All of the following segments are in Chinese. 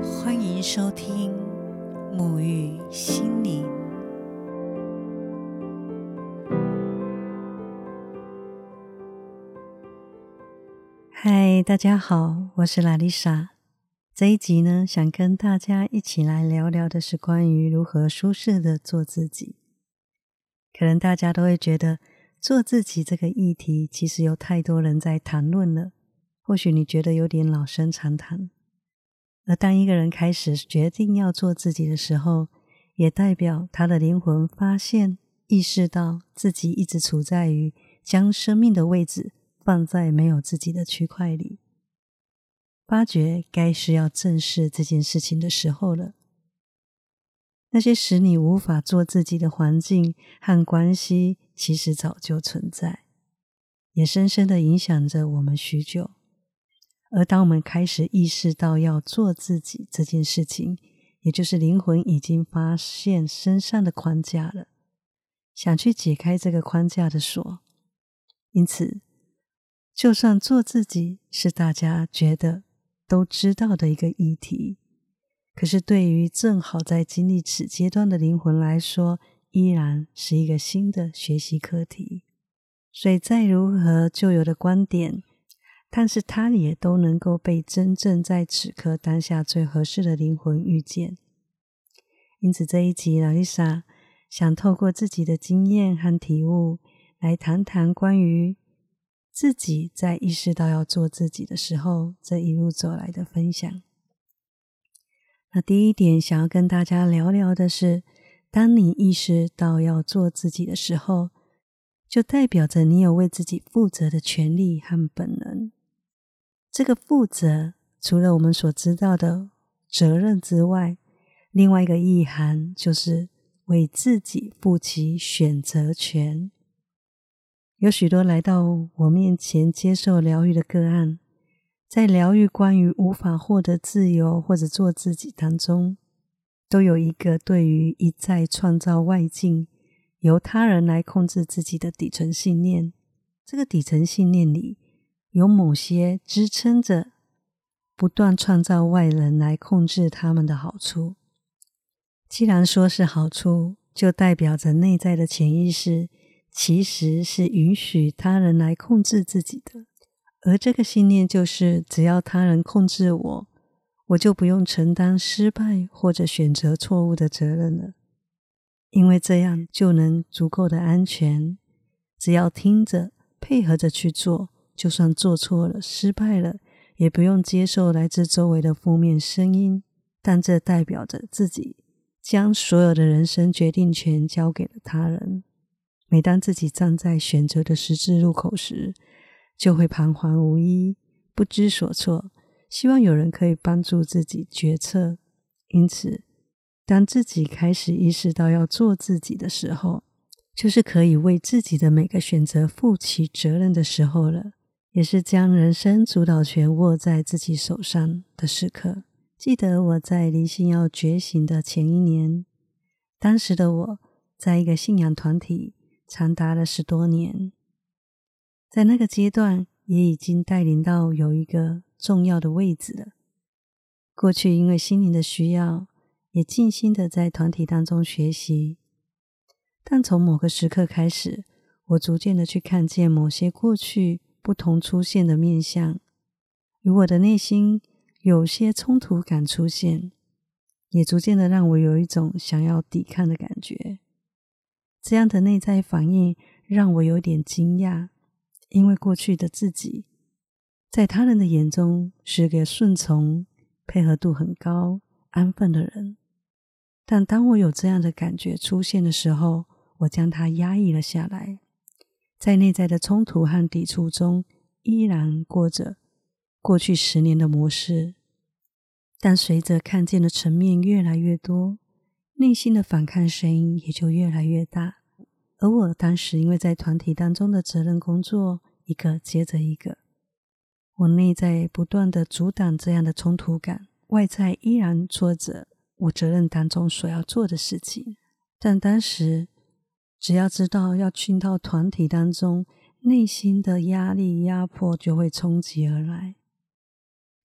欢迎收听沐浴心灵。嗨，大家好，我是拉丽莎。这一集呢，想跟大家一起来聊聊的是关于如何舒适的做自己。可能大家都会觉得做自己这个议题其实有太多人在谈论了，或许你觉得有点老生常谈。而当一个人开始决定要做自己的时候，也代表他的灵魂发现、意识到自己一直处在于将生命的位置放在没有自己的区块里，发觉该是要正视这件事情的时候了。那些使你无法做自己的环境和关系，其实早就存在，也深深地影响着我们许久。而当我们开始意识到要做自己这件事情，也就是灵魂已经发现身上的框架了，想去解开这个框架的锁。因此，就算做自己是大家觉得都知道的一个议题，可是对于正好在经历此阶段的灵魂来说，依然是一个新的学习课题。所以再如何旧有的观点，但是它也都能够被真正在此刻当下最合适的灵魂遇见。因此这一集拉丽莎想透过自己的经验和体悟，来谈谈关于自己在意识到要做自己的时候，这一路走来的分享。那第一点想要跟大家聊聊的是，当你意识到要做自己的时候，就代表着你有为自己负责的权利和本能。这个负责除了我们所知道的责任之外，另外一个意涵就是为自己负起选择权。有许多来到我面前接受疗愈的个案，在疗愈关于无法获得自由或者做自己当中，都有一个对于一再创造外境，由他人来控制自己的底层信念。这个底层信念里有某些支撑着不断创造外人来控制他们的好处。既然说是好处，就代表着内在的潜意识其实是允许他人来控制自己的。而这个信念就是只要他人控制我，我就不用承担失败或者选择错误的责任了，因为这样就能足够的安全，只要听着配合着去做，就算做错了失败了，也不用接受来自周围的负面声音。但这代表着自己将所有的人生决定权交给了他人。每当自己站在选择的十字路口时，就会彷徨无依，不知所措，希望有人可以帮助自己决策。因此，当自己开始意识到要做自己的时候，就是可以为自己的每个选择负起责任的时候了，也是将人生主导权握在自己手上的时刻。记得我在灵性要觉醒的前一年，当时的我在一个信仰团体长达了10多年，在那个阶段也已经带领到有一个重要的位置了。过去因为心灵的需要，也尽心的在团体当中学习，但从某个时刻开始，我逐渐的去看见某些过去不同出现的面向，与我的内心有些冲突感出现，也逐渐的让我有一种想要抵抗的感觉。这样的内在反应让我有点惊讶，因为过去的自己在他人的眼中是个顺从、配合度很高、安分的人，但当我有这样的感觉出现的时候，我将它压抑了下来，在内在的冲突和抵触中依然过着过去10年的模式。但随着看见的层面越来越多，内心的反抗声音也就越来越大。而我当时因为在团体当中的责任工作一个接着一个，我内在不断的阻挡这样的冲突感，外在依然做着我责任当中所要做的事情。但当时只要知道要进到团体当中，内心的压力压迫就会冲击而来。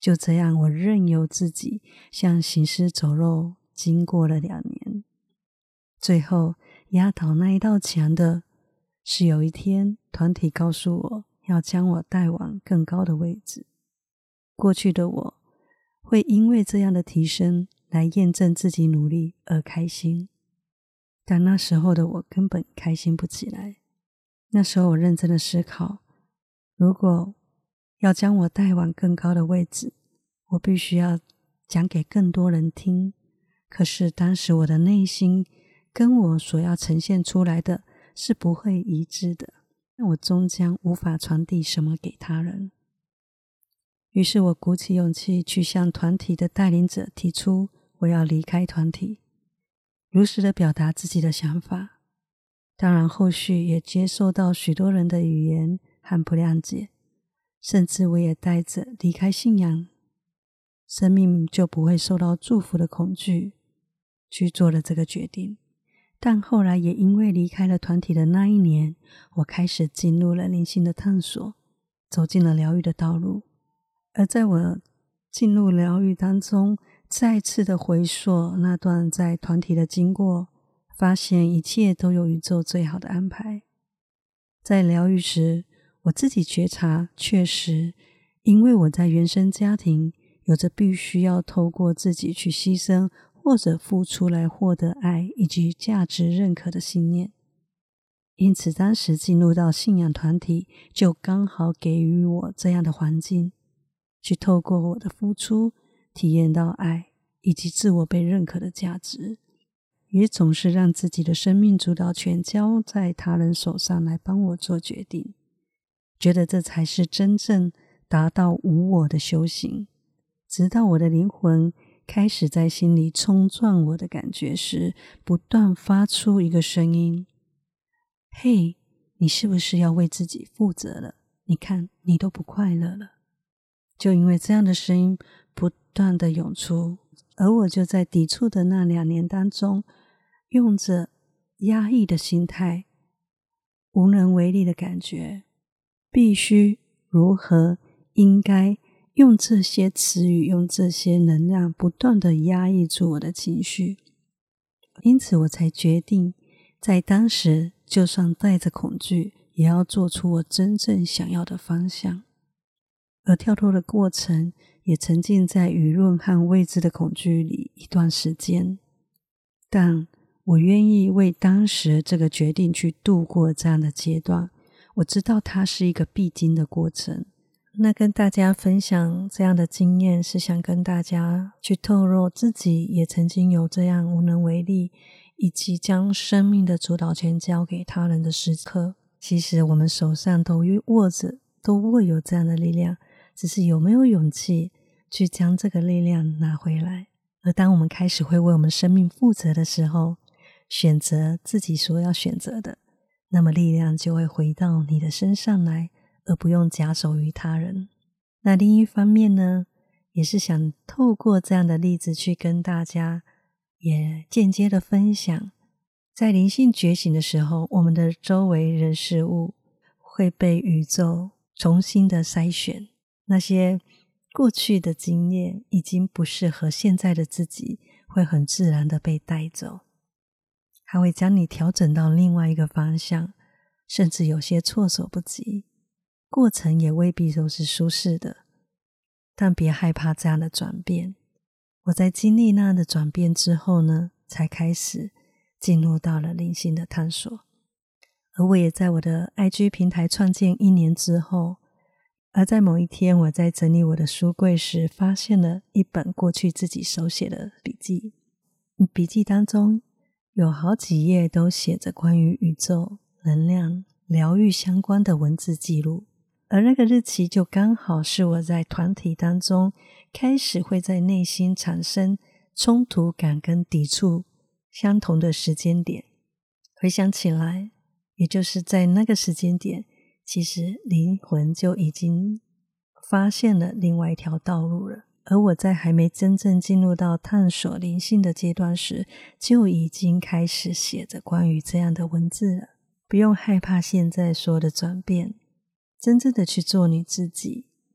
就这样，我任由自己像行尸走肉，经过了2年。最后压倒那一道墙的是有一天团体告诉我要将我带往更高的位置。过去的我会因为这样的提升来验证自己努力而开心，但那时候的我根本开心不起来。那时候我认真的思考，如果要将我带往更高的位置，我必须要讲给更多人听。可是当时我的内心跟我所要呈现出来的是不会一致的，那我终将无法传递什么给他人。于是我鼓起勇气去向团体的带领者提出我要离开团体，如实的表达自己的想法。当然后续也接受到许多人的语言和不谅解，甚至我也带着离开信仰，生命就不会受到祝福的恐惧去做了这个决定。但后来也因为离开了团体的那一年，我开始进入了灵性的探索，走进了疗愈的道路。而在我进入疗愈当中，再次的回溯那段在团体的经过，发现一切都有宇宙最好的安排。在疗愈时，我自己觉察，确实因为我在原生家庭有着必须要透过自己去牺牲或者付出来获得爱以及价值认可的信念，因此当时进入到信仰团体，就刚好给予我这样的环境，去透过我的付出体验到爱以及自我被认可的价值，也总是让自己的生命主导权交在他人手上来帮我做决定，觉得这才是真正达到无我的修行。直到我的灵魂开始在心里冲撞我的感觉时，不断发出一个声音：嘿，你是不是要为自己负责了？你看，你都不快乐了。就因为这样的声音不断的涌出，而我就在抵触的那2年当中，用着压抑的心态，无能为力的感觉，必须如何应该用这些词语，用这些能量不断的压抑住我的情绪。因此我才决定在当时就算带着恐惧，也要做出我真正想要的方向。而跳脱的过程也沉浸在舆论和未知的恐惧里一段时间，但我愿意为当时这个决定去度过这样的阶段。我知道它是一个必经的过程。那跟大家分享这样的经验，是想跟大家去透露自己也曾经有这样无能为力，以及将生命的主导权交给他人的时刻。其实我们手上都握有这样的力量，只是有没有勇气去将这个力量拿回来。而当我们开始会为我们生命负责的时候，选择自己所要选择的，那么力量就会回到你的身上来，而不用假手于他人。那另一方面呢，也是想透过这样的例子去跟大家也间接的分享，在灵性觉醒的时候，我们的周围人事物会被宇宙重新的筛选，那些过去的经验已经不适合现在的自己，会很自然的被带走。它会将你调整到另外一个方向，甚至有些措手不及，过程也未必都是舒适的。但别害怕这样的转变。我在经历那样的转变之后呢，才开始进入到了灵性的探索。而我也在我的 IG 平台创建1年之后，而在某一天我在整理我的书柜时，发现了一本过去自己手写的笔记。笔记当中有好几页都写着关于宇宙、能量、疗愈相关的文字记录，而那个日期就刚好是我在团体当中开始会在内心产生冲突感跟抵触相同的时间点。回想起来，也就是在那个时间点，其实灵魂就已经发现了另外一条道路了。而我在还没真正进入到探索灵性的阶段时，就已经开始写着关于这样的文字了。不用害怕现在所有的转变，真正的去做你自己，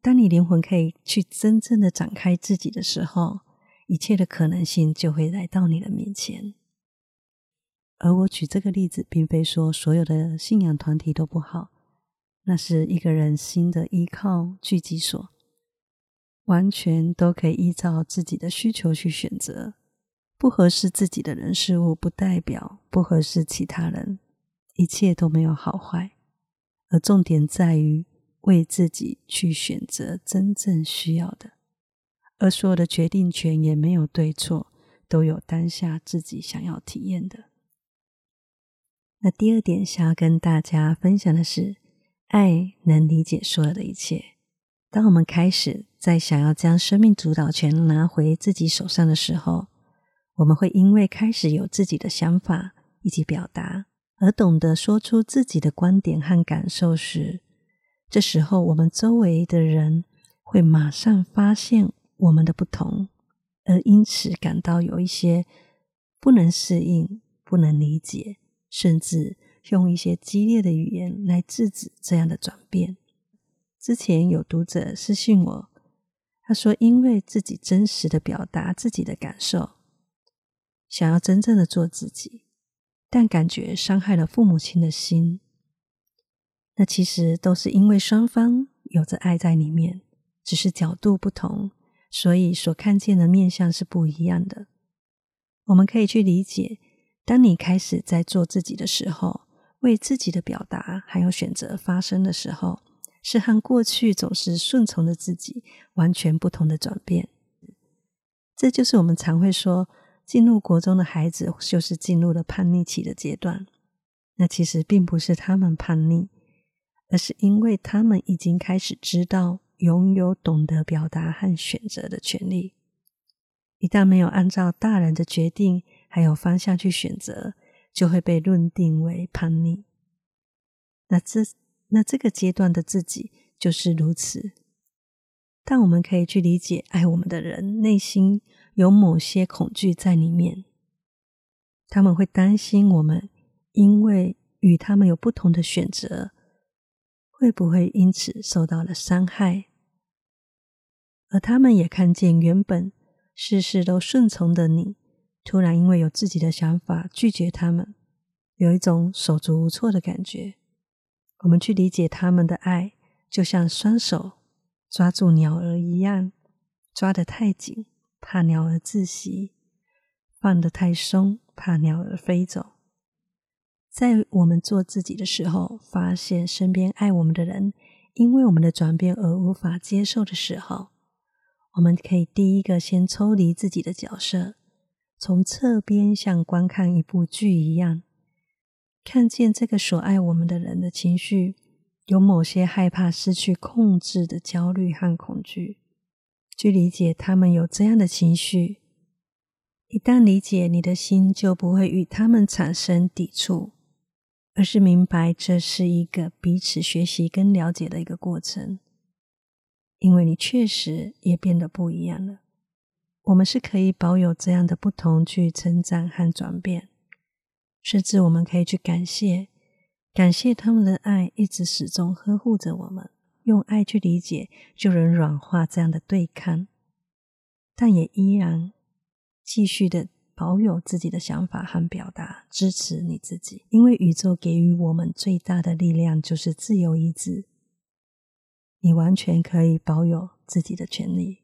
当你灵魂可以去真正的展开自己的时候，一切的可能性就会来到你的面前。而我举这个例子，并非说所有的信仰团体都不好，那是一个人心的依靠聚集所，完全都可以依照自己的需求去选择。不合适自己的人事物，不代表不合适其他人，一切都没有好坏，而重点在于为自己去选择真正需要的，而所有的决定权也没有对错，都有当下自己想要体验的。那第二点想要跟大家分享的是，爱能理解所有的一切。当我们开始在想要将生命主导权拿回自己手上的时候，我们会因为开始有自己的想法以及表达，而懂得说出自己的观点和感受时，这时候我们周围的人会马上发现我们的不同，而因此感到有一些不能适应、不能理解，甚至用一些激烈的语言来制止这样的转变。之前有读者私信我，他说因为自己真实的表达自己的感受，想要真正的做自己，但感觉伤害了父母亲的心。那其实都是因为双方有着爱在里面，只是角度不同，所以所看见的面向是不一样的。我们可以去理解，当你开始在做自己的时候，为自己的表达还有选择发声的时候，是和过去总是顺从的自己完全不同的转变。这就是我们常会说，进入国中的孩子就是进入了叛逆期的阶段。那其实并不是他们叛逆，而是因为他们已经开始知道拥有懂得表达和选择的权利。一旦没有按照大人的决定还有方向去选择，就会被论定为叛逆。那这个阶段的自己就是如此。但我们可以去理解，爱我们的人内心有某些恐惧在里面，他们会担心我们因为与他们有不同的选择，会不会因此受到了伤害。而他们也看见原本事事都顺从的你，突然因为有自己的想法拒绝他们，有一种手足无措的感觉。我们去理解他们的爱，就像双手抓住鸟儿一样，抓得太紧，怕鸟儿窒息；放得太松，怕鸟儿飞走。在我们做自己的时候，发现身边爱我们的人因为我们的转变而无法接受的时候，我们可以第一个先抽离自己的角色，从侧边像观看一部剧一样，看见这个所爱我们的人的情绪，有某些害怕失去控制的焦虑和恐惧，去理解他们有这样的情绪。一旦理解，你的心就不会与他们产生抵触，而是明白这是一个彼此学习跟了解的一个过程。因为你确实也变得不一样了。我们是可以保有这样的不同去成长和转变，甚至我们可以去感谢他们的爱一直始终呵护着我们，用爱去理解，就能软化这样的对抗，但也依然继续的保有自己的想法和表达，支持你自己。因为宇宙给予我们最大的力量就是自由意志，你完全可以保有自己的权利。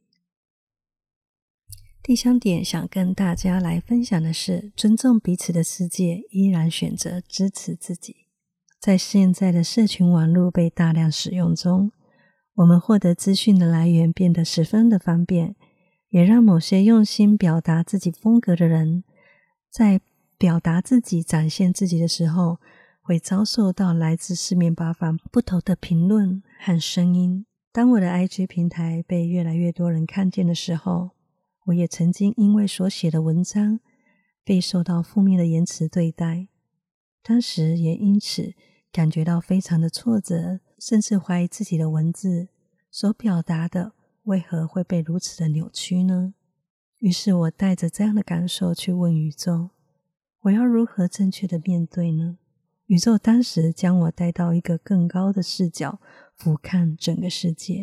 第三点想跟大家来分享的是，尊重彼此的世界，依然选择支持自己。在现在的社群网络被大量使用中，我们获得资讯的来源变得十分的方便，也让某些用心表达自己风格的人，在表达自己、展现自己的时候，会遭受到来自四面八方不同的评论和声音。当我的 IG 平台被越来越多人看见的时候，我也曾经因为所写的文章被受到负面的言辞对待，当时也因此感觉到非常的挫折，甚至怀疑自己的文字所表达的为何会被如此的扭曲呢？于是我带着这样的感受去问宇宙，我要如何正确的面对呢？宇宙当时将我带到一个更高的视角，俯瞰整个世界。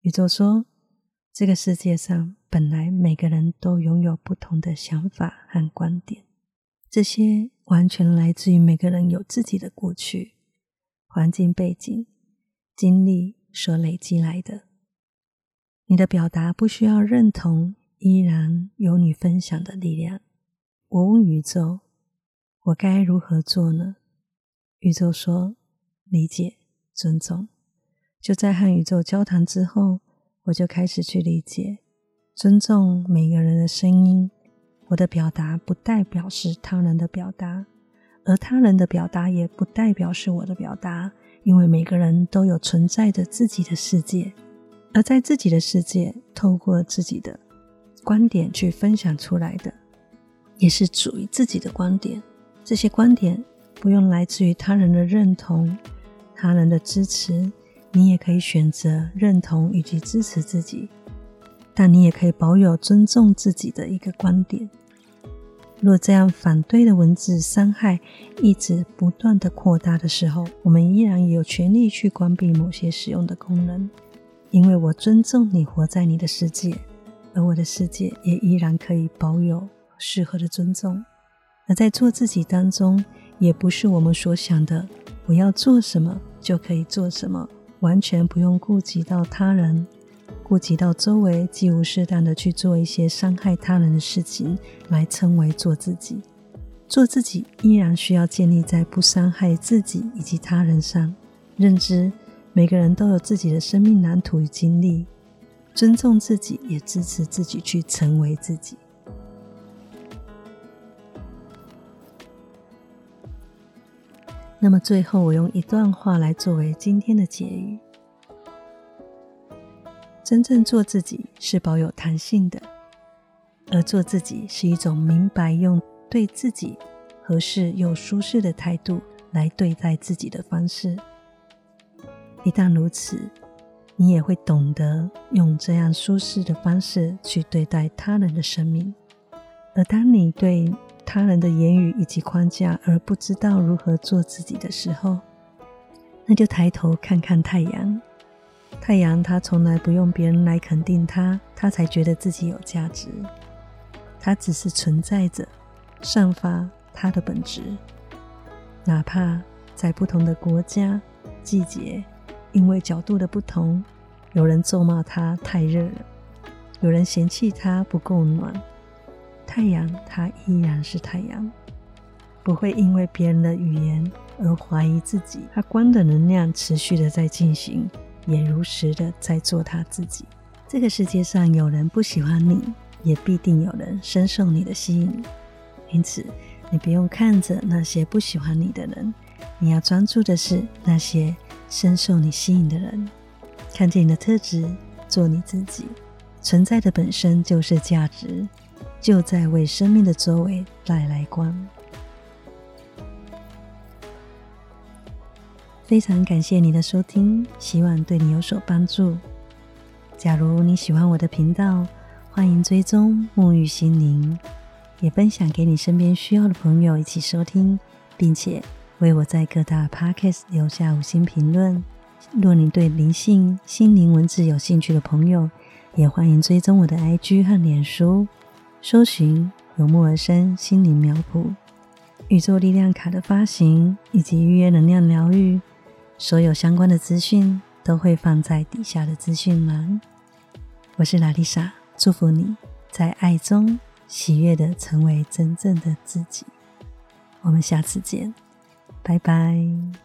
宇宙说，这个世界上本来每个人都拥有不同的想法和观点，这些完全来自于每个人有自己的过去、环境背景、经历所累积来的。你的表达不需要认同，依然有你分享的力量。我问宇宙，我该如何做呢？宇宙说，理解、尊重。就在和宇宙交谈之后，我就开始去理解、尊重每个人的声音。我的表达不代表是他人的表达，而他人的表达也不代表是我的表达，因为每个人都有存在着自己的世界，而在自己的世界，透过自己的观点去分享出来的，也是属于自己的观点。这些观点不用来自于他人的认同、他人的支持，你也可以选择认同以及支持自己，但你也可以保有尊重自己的一个观点。若这样反对的文字伤害一直不断的扩大的时候，我们依然也有权利去关闭某些使用的功能，因为我尊重你活在你的世界，而我的世界也依然可以保有适合的尊重。而在做自己当中，也不是我们所想的我要做什么就可以做什么，完全不用顾及到他人，顾及到周围，既无适当的去做一些伤害他人的事情来称为做自己。做自己依然需要建立在不伤害自己以及他人上，认知每个人都有自己的生命蓝图与经历，尊重自己，也支持自己去成为自己。那么最后，我用一段话来作为今天的结语。真正做自己是保有弹性的，而做自己是一种明白用对自己合适又舒适的态度来对待自己的方式。一旦如此，你也会懂得用这样舒适的方式去对待他人的生命。而当你对他人的言语以及框架而不知道如何做自己的时候，那就抬头看看太阳。太阳它从来不用别人来肯定它，它才觉得自己有价值。它只是存在着，散发它的本质。哪怕在不同的国家、季节，因为角度的不同，有人咒骂它太热了，有人嫌弃它不够暖，太阳它依然是太阳，不会因为别人的语言而怀疑自己。它光的能量持续的在进行，也如实的在做他自己。这个世界上有人不喜欢你，也必定有人深受你的吸引。因此你不用看着那些不喜欢你的人，你要专注的是那些深受你吸引的人。看见你的特质，做你自己。存在的本身就是价值，就在为生命的周围带来光。非常感谢你的收听，希望对你有所帮助。假如你喜欢我的频道，欢迎追踪沐浴心灵，也分享给你身边需要的朋友一起收听，并且为我在各大 Podcast 留下5星评论。若你对灵性、心灵文字有兴趣的朋友，也欢迎追踪我的 IG 和脸书，搜寻由木而生心灵苗圃、宇宙力量卡的发行以及预约能量疗愈，所有相关的资讯都会放在底下的资讯栏。我是拉丽莎，祝福你在爱中喜悦地成为真正的自己。我们下次见，拜拜。